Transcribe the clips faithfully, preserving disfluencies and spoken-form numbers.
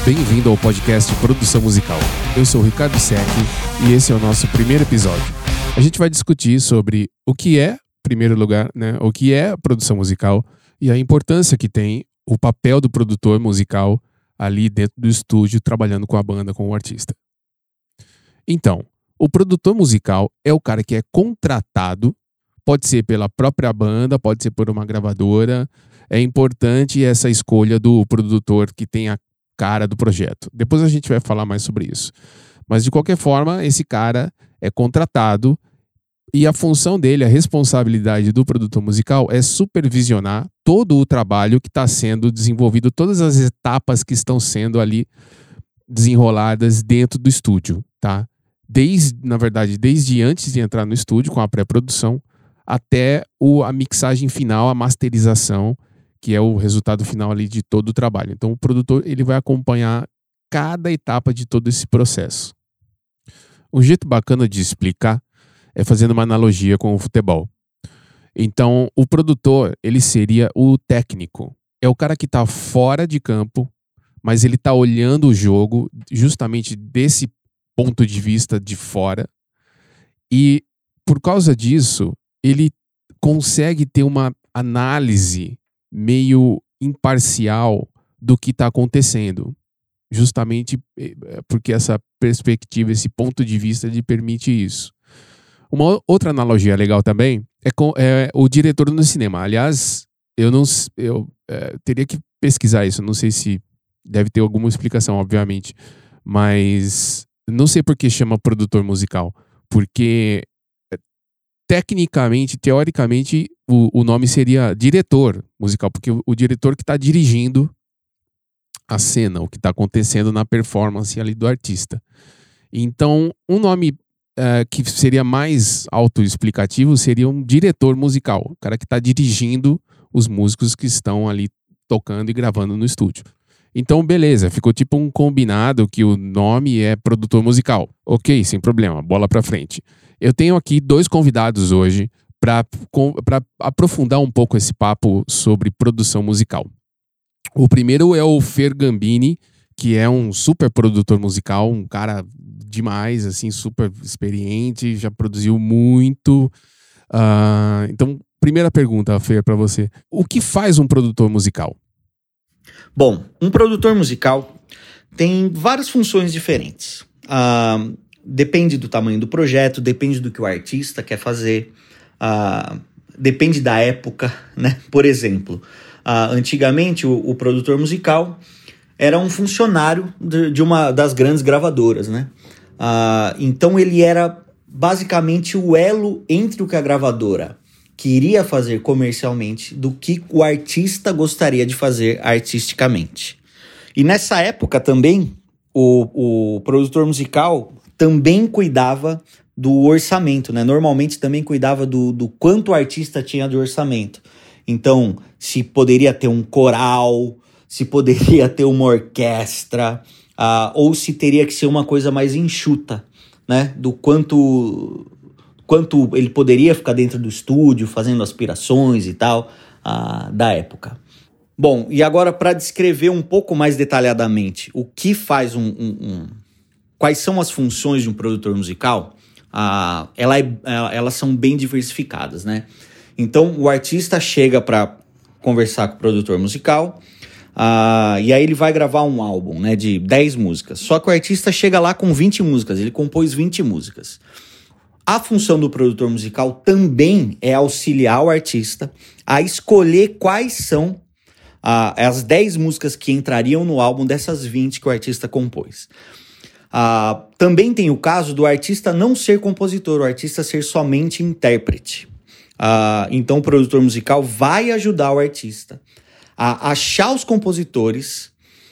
Bem-vindo ao podcast Produção Musical. Eu sou o Ricardo Sec e esse é o nosso primeiro episódio. A gente vai discutir sobre o que é, em primeiro lugar, né, o que é produção musical e a importância que tem o papel do produtor musical ali dentro do estúdio, trabalhando com a banda, com o artista. Então, o produtor musical é o cara que é contratado, pode ser pela própria banda, pode ser por uma gravadora. É importante essa escolha do produtor que tem a cara do projeto. Depois a gente vai falar mais sobre isso. Mas, de qualquer forma, esse cara é contratado e a função dele, a responsabilidade do produtor musical é supervisionar todo o trabalho que está sendo desenvolvido, todas as etapas que estão sendo ali desenroladas dentro do estúdio, tá? Desde, na verdade, desde antes de entrar no estúdio com a pré-produção até o, a mixagem final, a masterização, que é o resultado final ali de todo o trabalho. Então o produtor ele vai acompanhar cada etapa de todo esse processo. Um jeito bacana de explicar é fazendo uma analogia com o futebol. Então o produtor ele seria o técnico. É o cara que está fora de campo, mas ele está olhando o jogo justamente desse ponto de vista de fora. E por causa disso, ele consegue ter uma análise meio imparcial do que está acontecendo, justamente porque essa perspectiva, esse ponto de vista lhe permite isso. Uma outra analogia legal também é, com, é o diretor no cinema. Aliás, eu não eu é, teria que pesquisar isso, não sei se deve ter alguma explicação, obviamente, mas não sei por que chama produtor musical, porque tecnicamente, teoricamente, o, o nome seria diretor musical, porque o, o diretor que está dirigindo a cena, o que está acontecendo na performance ali do artista. Então, um nome uh, que seria mais autoexplicativo seria um diretor musical, o cara que está dirigindo os músicos que estão ali tocando e gravando no estúdio. Então, beleza, ficou tipo um combinado que o nome é produtor musical. Ok, sem problema, bola pra frente. Eu tenho aqui dois convidados hoje para aprofundar um pouco esse papo sobre produção musical. O primeiro é o Fer Gambini, que é um super produtor musical, um cara demais, assim, super experiente, já produziu muito. Uh, então, primeira pergunta, Fer, para você. O que faz um produtor musical? Bom, um produtor musical tem várias funções diferentes. Uh, depende do tamanho do projeto, depende do que o artista quer fazer, uh, depende da época, né? Por exemplo, uh, antigamente o, o produtor musical era um funcionário de, de uma das grandes gravadoras, né? Uh, então ele era basicamente o elo entre o que a gravadora queria fazer comercialmente do que o artista gostaria de fazer artisticamente. E nessa época também, o, o produtor musical também cuidava do orçamento, né? Normalmente também cuidava do, do quanto o artista tinha de orçamento. Então, se poderia ter um coral, se poderia ter uma orquestra, uh, ou se teria que ser uma coisa mais enxuta, né? Do quanto... quanto ele poderia ficar dentro do estúdio, fazendo aspirações e tal, uh, da época. Bom, e agora para descrever um pouco mais detalhadamente o que faz um... um, um quais são as funções de um produtor musical, uh, ela é, elas são bem diversificadas, né? Então, o artista chega para conversar com o produtor musical, uh, e aí ele vai gravar um álbum, né, de dez músicas. Só que o artista chega lá com vinte músicas, ele compôs vinte músicas. A função do produtor musical também é auxiliar o artista a escolher quais são uh, as dez músicas que entrariam no álbum dessas vinte que o artista compôs. Uh, também tem o caso do artista não ser compositor, o artista ser somente intérprete. Uh, então o produtor musical vai ajudar o artista a achar os compositores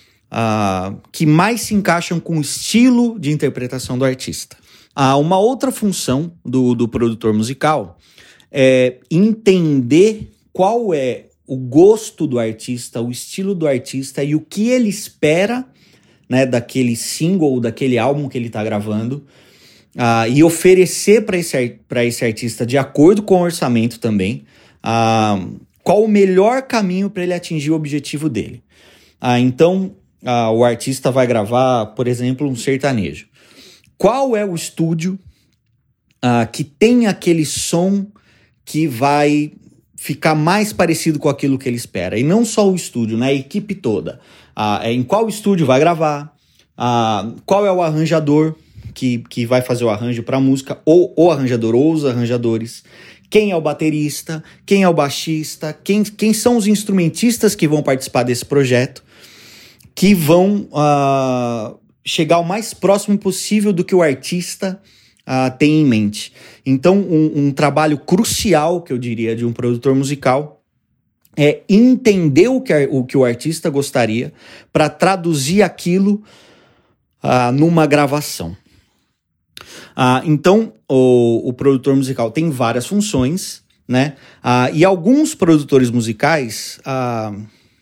uh, que mais se encaixam com o estilo de interpretação do artista. Uh, uma outra função do, do produtor musical é entender qual é o gosto do artista, o estilo do artista e o que ele espera, né, daquele single, daquele álbum que ele está gravando, uh, e oferecer para esse, para esse artista, de acordo com o orçamento também, uh, qual o melhor caminho para ele atingir o objetivo dele. Uh, então, ah, o artista vai gravar, por exemplo, um sertanejo. Qual é o estúdio ah, que tem aquele som que vai ficar mais parecido com aquilo que ele espera? E não só o estúdio, né? A equipe toda. Ah, em qual estúdio vai gravar? Ah, qual é o arranjador que, que vai fazer o arranjo para a música? Ou o arranjador ou os arranjadores? Quem é o baterista? Quem é o baixista? Quem, quem são os instrumentistas que vão participar desse projeto? Que vão uh, chegar o mais próximo possível do que o artista uh, tem em mente. Então, um, um trabalho crucial, que eu diria, de um produtor musical é entender o que, a, o, que o artista gostaria para traduzir aquilo uh, numa gravação. Uh, então, o, o produtor musical tem várias funções, né? Uh, e alguns produtores musicais uh,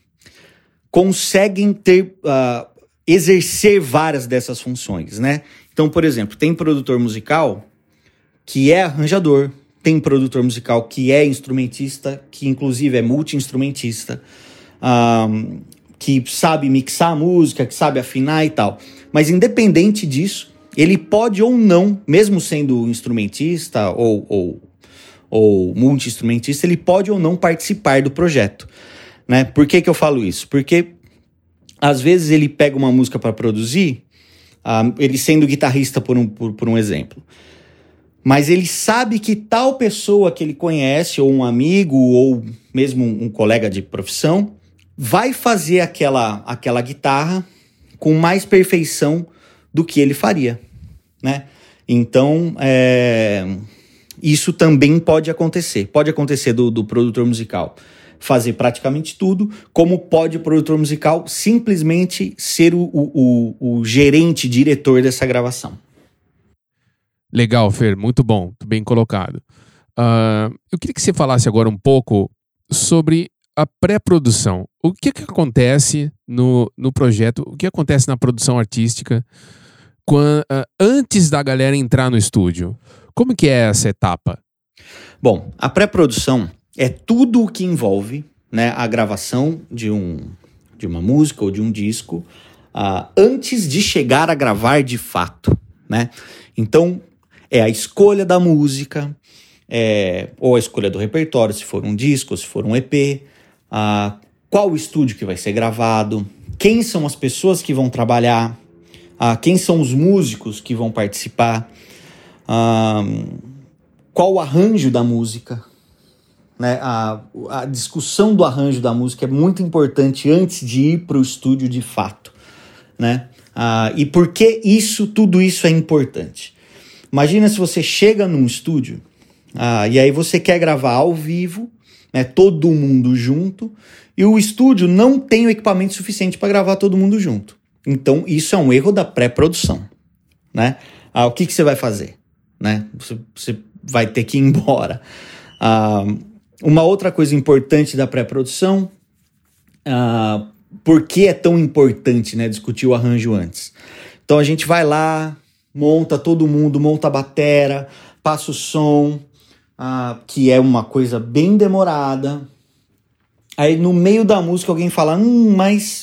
conseguem ter, uh, exercer várias dessas funções, né? Então, por exemplo, tem produtor musical que é arranjador, tem produtor musical que é instrumentista, que inclusive é multi-instrumentista, uh, que sabe mixar a música, que sabe afinar e tal. Mas independente disso, ele pode ou não, mesmo sendo instrumentista ou, ou, ou multi-instrumentista, ele pode ou não participar do projeto, né? Por que que eu falo isso? Porque às vezes ele pega uma música para produzir, uh, ele sendo guitarrista por um, por, por um exemplo, mas ele sabe que tal pessoa que ele conhece, ou um amigo, ou mesmo um, um colega de profissão, vai fazer aquela, aquela guitarra com mais perfeição do que ele faria, né? Então, é, isso também pode acontecer. Pode acontecer do, do produtor musical fazer praticamente tudo, como pode o produtor musical simplesmente ser o, o, o, o gerente, diretor dessa gravação. Legal, Fer, muito bom, muito bem colocado. Uh, eu queria que você falasse agora um pouco sobre a pré-produção. O que, que acontece no, no projeto, o que acontece na produção artística quando, uh, antes da galera entrar no estúdio? Como que é essa etapa? Bom, a pré-produção é tudo o que envolve, né, a gravação de, um, de uma música ou de um disco uh, antes de chegar a gravar de fato, né? Então, é a escolha da música, é, ou a escolha do repertório, se for um disco, se for um E P, uh, qual o estúdio que vai ser gravado, quem são as pessoas que vão trabalhar, uh, quem são os músicos que vão participar, uh, qual o arranjo da música, né? A, a discussão do arranjo da música é muito importante antes de ir para o estúdio de fato, né? Uh, e por que isso, tudo isso é importante? Imagina se você chega num estúdio uh, e aí você quer gravar ao vivo, né, todo mundo junto, e o estúdio não tem o equipamento suficiente para gravar todo mundo junto. Então isso é um erro da pré-produção, né? Uh, o que, que você vai fazer? Né? Você, você vai ter que ir embora. Uh, uma outra coisa importante da pré-produção, uh, por que é tão importante, né, discutir o arranjo antes? Então a gente vai lá, monta todo mundo, monta a batera, passa o som, uh, que é uma coisa bem demorada. Aí no meio da música alguém fala, hum, mas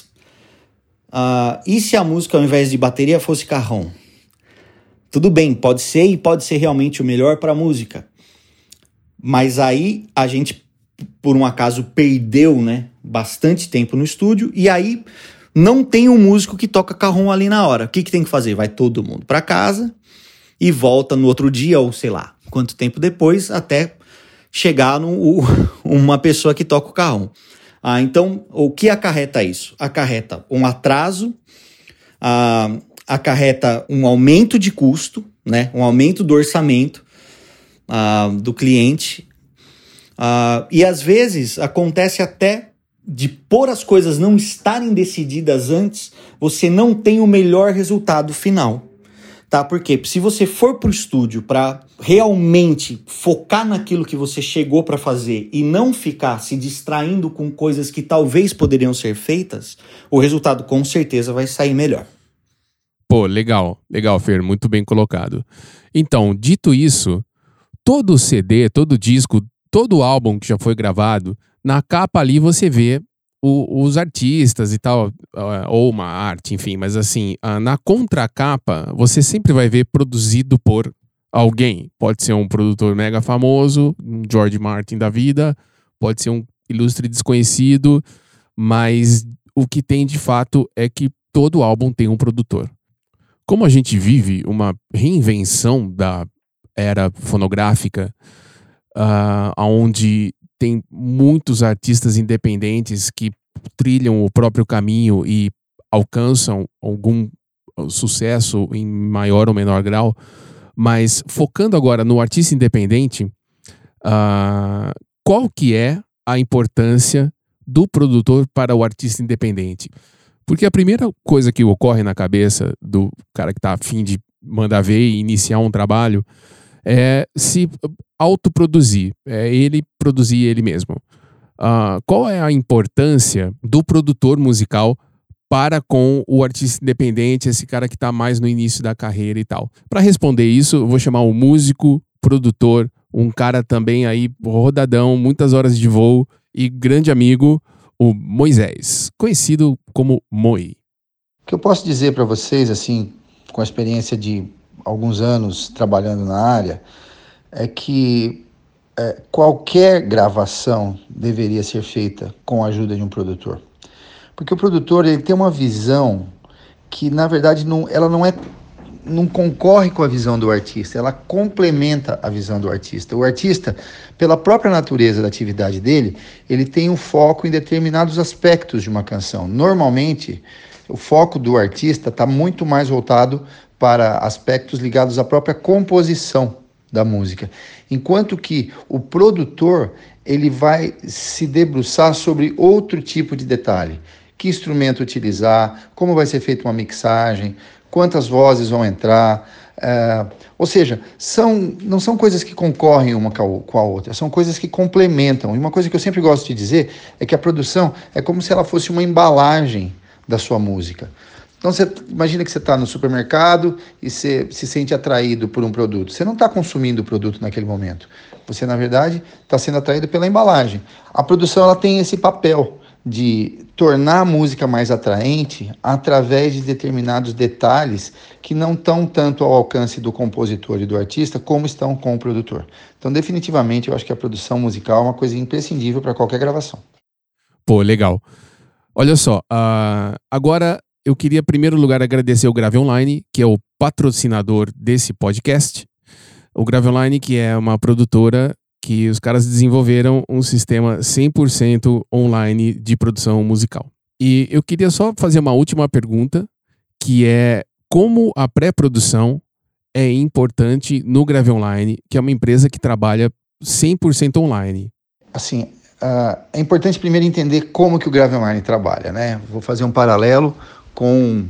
uh, e se a música ao invés de bateria fosse carrom? Tudo bem, pode ser e pode ser realmente o melhor para a música. Mas aí a gente, por um acaso, perdeu, né, bastante tempo no estúdio e aí não tem um músico que toca carrom ali na hora. O que, que tem que fazer? Vai todo mundo para casa e volta no outro dia ou sei lá quanto tempo depois até chegar no, o, uma pessoa que toca o carrom. Ah, então, o que acarreta isso? Acarreta um atraso, ah, acarreta um aumento de custo, né, um aumento do orçamento Uh, do cliente, uh, e às vezes acontece até de por as coisas não estarem decididas antes, você não tem o melhor resultado final, tá? Porque se você for pro estúdio para realmente focar naquilo que você chegou para fazer e não ficar se distraindo com coisas que talvez poderiam ser feitas, o resultado com certeza vai sair melhor. Pô, legal, legal, Fer, muito bem colocado. Então, dito isso, todo C D, todo disco, todo álbum que já foi gravado, na capa ali você vê o, os artistas e tal, ou uma arte, enfim, mas assim, na contracapa, você sempre vai ver produzido por alguém. Pode ser um produtor mega famoso, um George Martin da vida, pode ser um ilustre desconhecido, mas o que tem de fato é que todo álbum tem um produtor. Como a gente vive uma reinvenção da era fonográfica, uh, onde tem muitos artistas independentes que trilham o próprio caminho e alcançam algum sucesso em maior ou menor grau, mas focando agora no artista independente, uh, qual que é a importância do produtor para o artista independente? Porque a primeira coisa que ocorre na cabeça do cara que está a fim de mandar ver e iniciar um trabalho é se autoproduzir, é ele produzir ele mesmo. Uh, qual é a importância do produtor musical para com o artista independente, esse cara que está mais no início da carreira e tal? Para responder isso, eu vou chamar o músico, produtor, um cara também aí rodadão, muitas horas de voo e grande amigo, o Moisés, conhecido como Moi. O que eu posso dizer para vocês, assim, com a experiência de alguns anos trabalhando na área, é que é, qualquer gravação deveria ser feita com a ajuda de um produtor. Porque o produtor ele tem uma visão que, na verdade, não, ela não é não concorre com a visão do artista, ela complementa a visão do artista. O artista, pela própria natureza da atividade dele, ele tem um foco em determinados aspectos de uma canção. Normalmente, o foco do artista está muito mais voltado para aspectos ligados à própria composição da música, enquanto que o produtor ele vai se debruçar sobre outro tipo de detalhe. Que instrumento utilizar, como vai ser feita uma mixagem, quantas vozes vão entrar, uh, ou seja, são, não são coisas que concorrem uma com a outra, são coisas que complementam. E uma coisa que eu sempre gosto de dizer é que a produção é como se ela fosse uma embalagem da sua música. Então você imagina que você está no supermercado e você se sente atraído por um produto. Você não está consumindo o produto naquele momento. Você, na verdade, está sendo atraído pela embalagem. A produção ela tem esse papel de tornar a música mais atraente através de determinados detalhes que não estão tanto ao alcance do compositor e do artista como estão com o produtor. Então, definitivamente, eu acho que a produção musical é uma coisa imprescindível para qualquer gravação. Pô, legal. Olha só, uh, agora eu queria, em primeiro lugar, agradecer o Grave Online, que é o patrocinador desse podcast. O Grave Online, que é uma produtora que os caras desenvolveram um sistema cem por cento online de produção musical. E eu queria só fazer uma última pergunta, que é como a pré-produção é importante no Grave Online, que é uma empresa que trabalha cem por cento online. Assim, uh, é importante primeiro entender como que o Grave Online trabalha, né? Vou fazer um paralelo com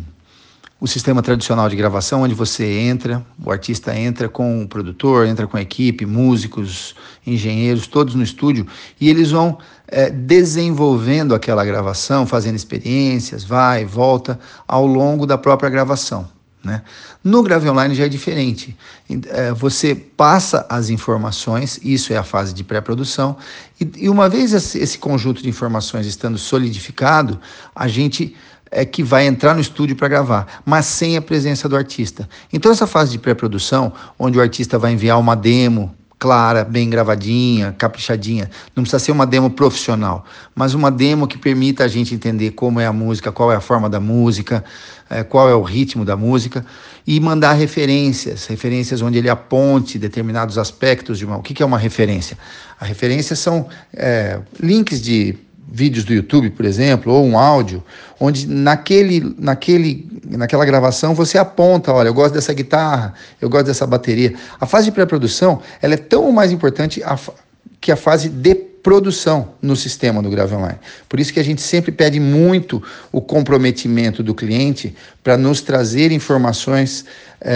o sistema tradicional de gravação, onde você entra, o artista entra com o produtor, entra com a equipe, músicos, engenheiros, todos no estúdio, e eles vão é, desenvolvendo aquela gravação, fazendo experiências, vai e volta, ao longo da própria gravação, né? No Grave Online já é diferente. É, você passa as informações, isso é a fase de pré-produção, e, e uma vez esse, esse conjunto de informações estando solidificado, a gente é que vai entrar no estúdio para gravar, mas sem a presença do artista. Então essa fase de pré-produção, onde o artista vai enviar uma demo clara, bem gravadinha, caprichadinha, não precisa ser uma demo profissional, mas uma demo que permita a gente entender como é a música, qual é a forma da música, é, qual é o ritmo da música, e mandar referências, referências onde ele aponte determinados aspectos de uma... O que, que é uma referência? A referência são é, links de vídeos do YouTube, por exemplo, ou um áudio, onde naquele, naquele, naquela gravação você aponta, olha, eu gosto dessa guitarra, eu gosto dessa bateria. A fase de pré-produção, ela é tão mais importante a, que a fase de produção no sistema do Grave Online. Por isso que a gente sempre pede muito o comprometimento do cliente para nos trazer informações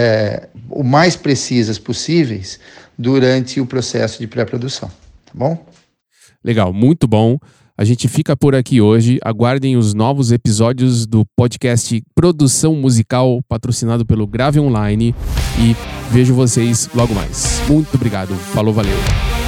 é, o mais precisas possíveis durante o processo de pré-produção, tá bom? Legal, muito bom. A gente fica por aqui hoje. Aguardem os novos episódios do podcast Produção Musical, patrocinado pelo Grave Online. E vejo vocês logo mais. Muito obrigado. Falou, valeu.